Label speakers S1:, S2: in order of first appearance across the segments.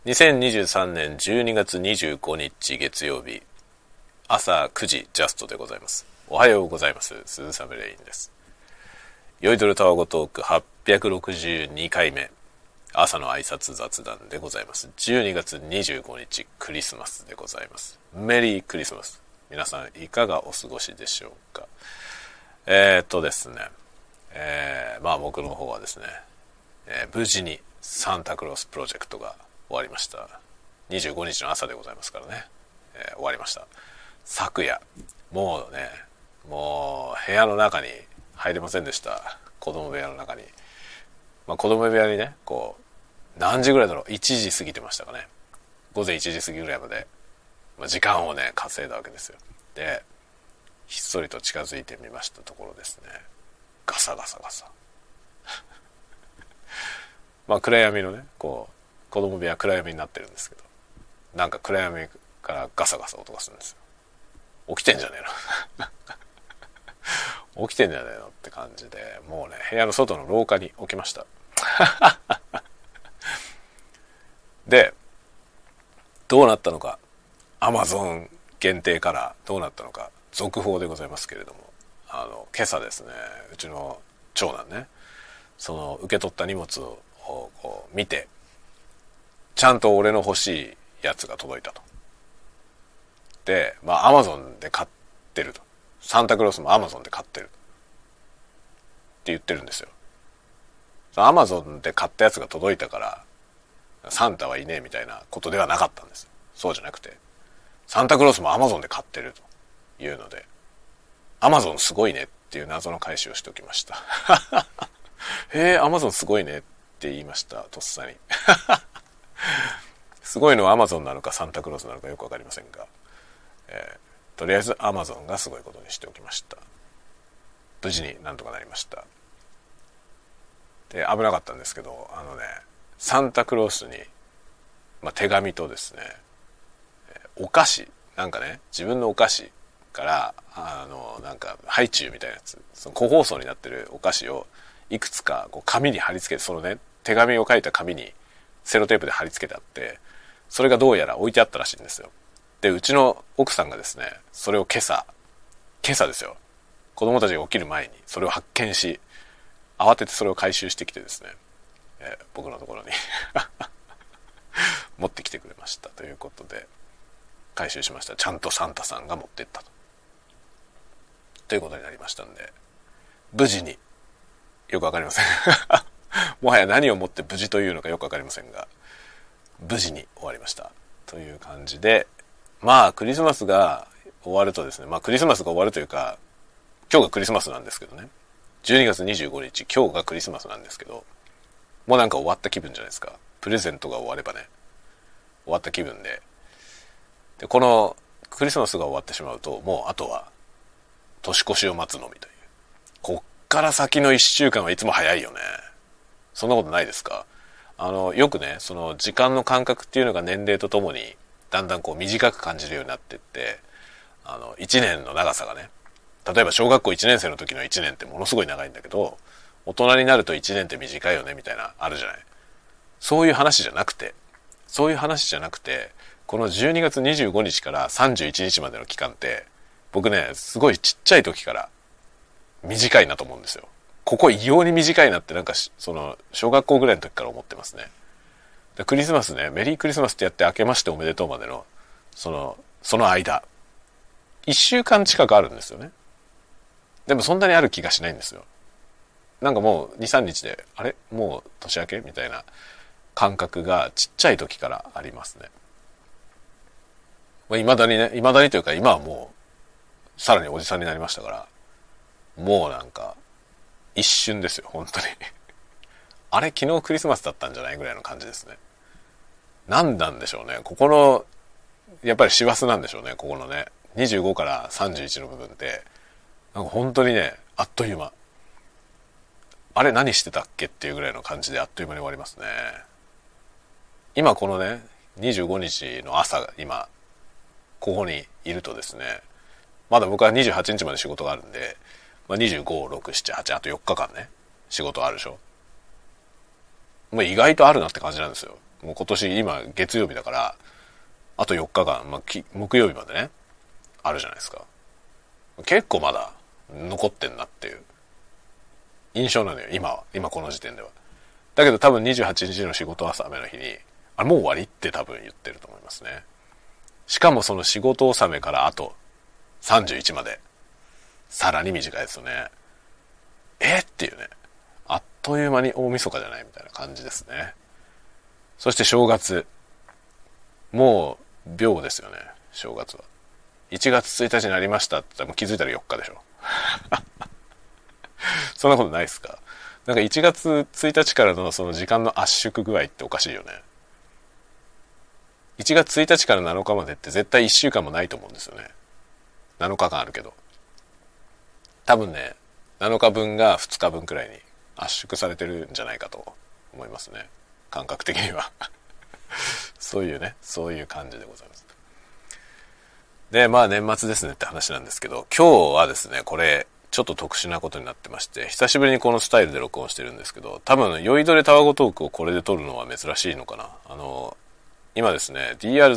S1: 2023年12月25日月曜日朝9時ジャストでございます。おはようございます。鈴雨レインです。酔いどれタワゴトーク862回目朝の挨拶雑談でございます。12月25日クリスマスでございます。メリークリスマス。皆さんいかがお過ごしでしょうか。ですね、僕の方はですね、無事にサンタクロースプロジェクトが終わりました。25日の朝でございますからね、終わりました。昨夜もう部屋の中に入れませんでした。子供部屋の中に、子供部屋にね、こう何時ぐらいだろう、1時過ぎてましたかね。午前1時過ぎぐらいまで、時間をね稼いだわけですよ。でひっそりと近づいてみましたところですね、ガサガサガサ暗闇のね、こう子供部屋暗闇になってるんですけど、なんか暗闇からガサガサ音がするんですよ。起きてんじゃねえの起きてんじゃねえのって感じで、もうね部屋の外の廊下に置きましたでどうなったのか、Amazon 限定からどうなったのか、続報でございますけれども、今朝ですね、うちの長男ね、その受け取った荷物をこう見て、ちゃんと俺の欲しいやつが届いたと。で、Amazon で買ってると。サンタクロースも Amazon で買ってるって言ってるんですよ。Amazon で買ったやつが届いたからサンタはいねえみたいなことではなかったんです。そうじゃなくて、サンタクロースも Amazon で買ってるというので、Amazon すごいねっていう謎の返しをしておきましたへえ、Amazon すごいねって言いました、とっさにすごいのは Amazon なのかサンタクロースなのかよくわかりませんが、とりあえず Amazon がすごいことにしておきました。無事になんとかなりました。で危なかったんですけど、サンタクロースに、手紙とですね、お菓子なんかね、自分のお菓子からなんかハイチュウみたいなやつ、その個包装になってるお菓子をいくつかこう紙に貼り付けて、そのね手紙を書いた紙にセロテープで貼り付けてあって、それがどうやら置いてあったらしいんですよ。でうちの奥さんがですね、それを今朝ですよ、子供たちが起きる前にそれを発見し、慌ててそれを回収してきてですね、僕のところに持ってきてくれましたということで、回収しました。ちゃんとサンタさんが持ってったということになりましたんで、無事に、よくわかりませんもはや何をもって無事というのかよくわかりませんが、無事に終わりましたという感じで、クリスマスが終わるとですね、クリスマスが終わるというか、今日がクリスマスなんですけどね、12月25日今日がクリスマスなんですけど、もうなんか終わった気分じゃないですか。プレゼントが終わればね、終わった気分で、このクリスマスが終わってしまうと、もうあとは年越しを待つのみという。こっから先の1週間はいつも早いよね。そんなことないですか？よくね、その時間の感覚っていうのが年齢とともにだんだんこう短く感じるようになってって、1年の長さがね、例えば小学校1年生の時の1年ってものすごい長いんだけど、大人になると1年って短いよねみたいなあるじゃない。そういう話じゃなくて、この12月25日から31日までの期間って、僕ねすごいちっちゃい時から短いなと思うんですよ。ここ異様に短いなって、なんかその小学校ぐらいの時から思ってますね。でクリスマスね、メリークリスマスってやって明けましておめでとうまでのその間1週間近くあるんですよね。でもそんなにある気がしないんですよ。なんかもう 2,3 日であれもう年明けみたいな感覚がちっちゃい時からありますね。未だにというか、今はもうさらにおじさんになりましたから、もうなんか一瞬ですよ本当にあれ昨日クリスマスだったんじゃないぐらいの感じですね。なんなんでしょうね、ここのやっぱり師走なんでしょうね。ここのね25から31の部分ってなんか本当にね、あっという間、あれ何してたっけっていうぐらいの感じであっという間に終わりますね。今このね25日の朝、今ここにいるとですね、まだ僕は28日まで仕事があるんで、25、6、7、8、あと4日間ね仕事あるでしょ。意外とあるなって感じなんですよ。 もう今年今月曜日だからあと4日間、木曜日までねあるじゃないですか。結構まだ残ってんなっていう印象なのよ、今この時点では。だけど多分28日の仕事納めの日にもう終わりって多分言ってると思いますね。しかもその仕事納めからあと31までさらに短いですよね。っていうね、あっという間に大晦日じゃないみたいな感じですね。そして正月、もう秒ですよね。正月は1月1日になりましたって言ったらもう気づいたら4日でしょそんなことないですか？なんか1月1日からのその時間の圧縮具合っておかしいよね。1月1日から7日までって絶対1週間もないと思うんですよね。7日間あるけど多分ね、7日分が2日分くらいに圧縮されてるんじゃないかと思いますね、感覚的にはそういう感じでございます。で年末ですねって話なんですけど、今日はですねこれちょっと特殊なことになってまして、久しぶりにこのスタイルで録音してるんですけど、多分酔いどれタワゴトークをこれで撮るのは珍しいのかな。今ですね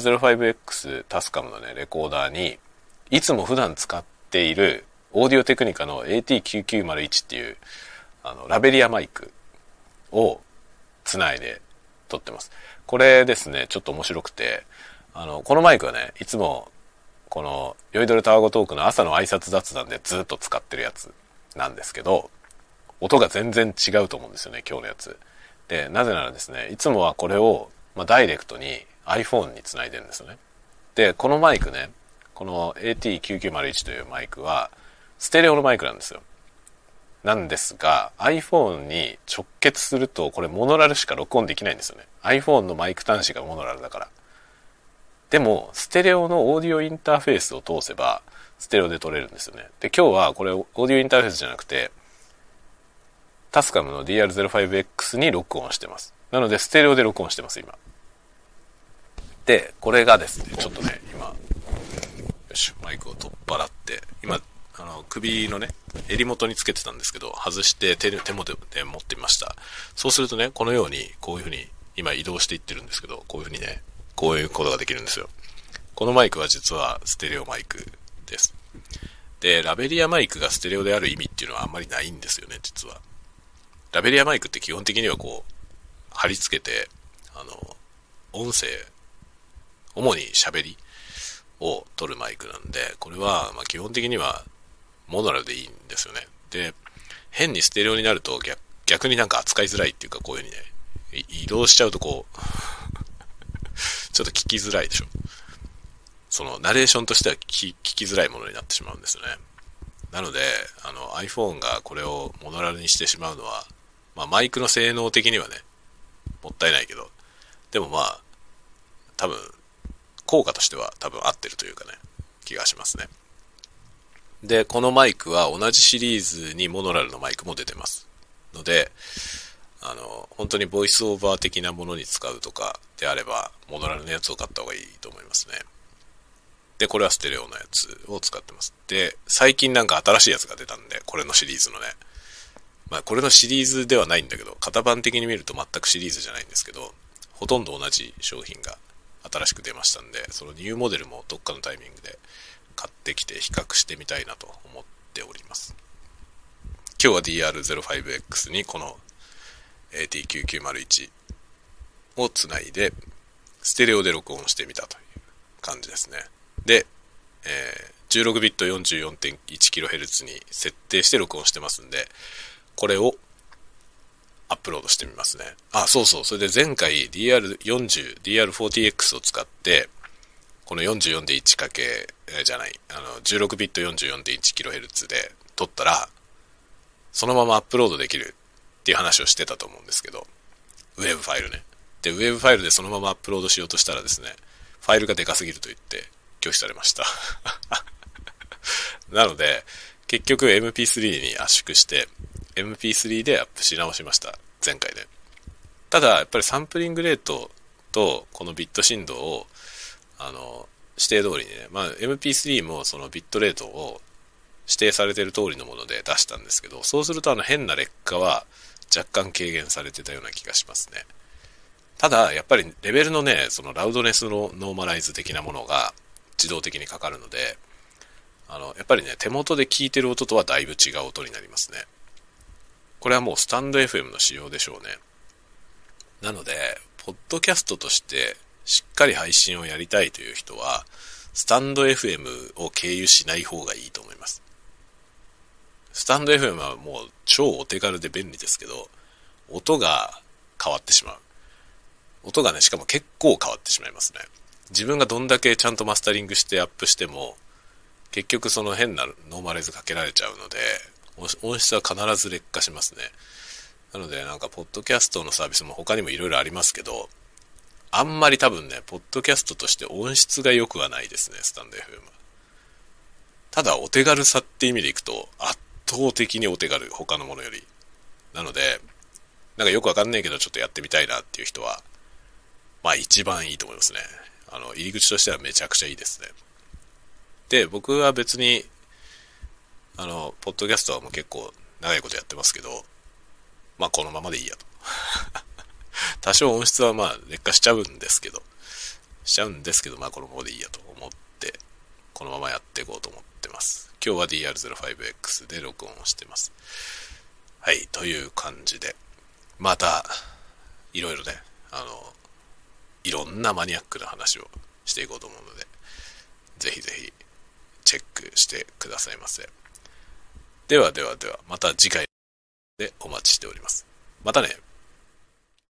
S1: DR05X タスカムのねレコーダーにいつも普段使っているオーディオテクニカの AT9901 っていうラベリアマイクをつないで撮ってます。これですねちょっと面白くて、このマイクはねいつもこの酔いどれタワゴトークの朝の挨拶雑談でずっと使ってるやつなんですけど、音が全然違うと思うんですよね今日のやつで。なぜならですね、いつもはこれをダイレクトに iPhone につないでるんですよね。でこのマイクね、この AT9901 というマイクはステレオのマイクなんですよ。なんですが iPhone に直結するとこれモノラルしか録音できないんですよね。 iPhone のマイク端子がモノラルだから。でもステレオのオーディオインターフェースを通せばステレオで撮れるんですよね。で今日はこれオーディオインターフェースじゃなくてタスカムの DR05X に録音してます。なのでステレオで録音してます今で。これがですねちょっとね今よしマイクを取っ払って今首のね襟元につけてたんですけど外して手元で持ってみました。そうするとねこのようにこういう風に今移動していってるんですけど、こういう風にねこういうことができるんですよ。このマイクは実はステレオマイクです。でラベリアマイクがステレオである意味っていうのはあんまりないんですよね実は。ラベリアマイクって基本的にはこう貼り付けて音声主に喋りを取るマイクなんで、これは基本的にはモノラルでいいんですよね。で変にステレオになると逆になんか扱いづらいっていうか、こういう風にね移動しちゃうとこうちょっと聞きづらいでしょ。そのナレーションとしては聞きづらいものになってしまうんですよね。なのでiPhone がこれをモノラルにしてしまうのは、マイクの性能的にはねもったいないけど、でも多分効果としては多分合ってるというかね気がしますね。でこのマイクは同じシリーズにモノラルのマイクも出てますので、本当にボイスオーバー的なものに使うとかであればモノラルのやつを買った方がいいと思いますね。でこれはステレオのやつを使ってます。で最近なんか新しいやつが出たんで、これのシリーズのね、これのシリーズではないんだけど、型番的に見ると全くシリーズじゃないんですけど、ほとんど同じ商品が新しく出ましたんで、そのニューモデルもどっかのタイミングで買ってきて比較してみたいなと思っております。今日は DR05X にこの AT9901 をつないでステレオで録音してみたという感じですね。で、16ビット 44.1kHz に設定して録音してますんで、これをアップロードしてみますね。それで前回 DR40、DR40X を使ってこの44で1かけじゃない16ビット 44.1kHz で撮ったらそのままアップロードできるっていう話をしてたと思うんですけど、ウェブファイルね。でウェブファイルでそのままアップロードしようとしたらですね、ファイルがでかすぎると言って拒否されましたなので結局 MP3 に圧縮して MP3 でアップし直しました、前回で。ただやっぱりサンプリングレートとこのビット振動を指定通りにね、MP3 もそのビットレートを指定されている通りのもので出したんですけど、そうすると変な劣化は若干軽減されてたような気がしますね。 ただ、やっぱりレベルのね、そのラウドネスのノーマライズ的なものが自動的にかかるので、やっぱりね、手元で聞いてる音とはだいぶ違う音になりますね。これはもうスタンド FM の仕様でしょうね。なので、ポッドキャストとしてしっかり配信をやりたいという人は、スタンド FM を経由しない方がいいと思います。スタンド FM はもう超お手軽で便利ですけど、音が変わってしまう。音がね、しかも結構変わってしまいますね。自分がどんだけちゃんとマスタリングしてアップしても、結局その変なノーマライズかけられちゃうので、音質は必ず劣化しますね。なのでなんかポッドキャストのサービスも他にもいろいろありますけど、あんまり多分ね、ポッドキャストとして音質が良くはないですね、スタンド FM。ただお手軽さって意味でいくと圧倒的にお手軽、他のものより。なので、なんかよくわかんないけどちょっとやってみたいなっていう人は、まあ一番いいと思いますね。入り口としてはめちゃくちゃいいですね。で、僕は別に、ポッドキャストはもう結構長いことやってますけど、まあこのままでいいやと。多少音質はまあ劣化しちゃうんですけど、まあこのままでいいやと思って、このままやっていこうと思ってます。今日は DR05X で録音をしてます。はい、という感じで、また、いろいろね、いろんなマニアックな話をしていこうと思うので、ぜひぜひチェックしてくださいませ。では、また次回でお待ちしております。またね。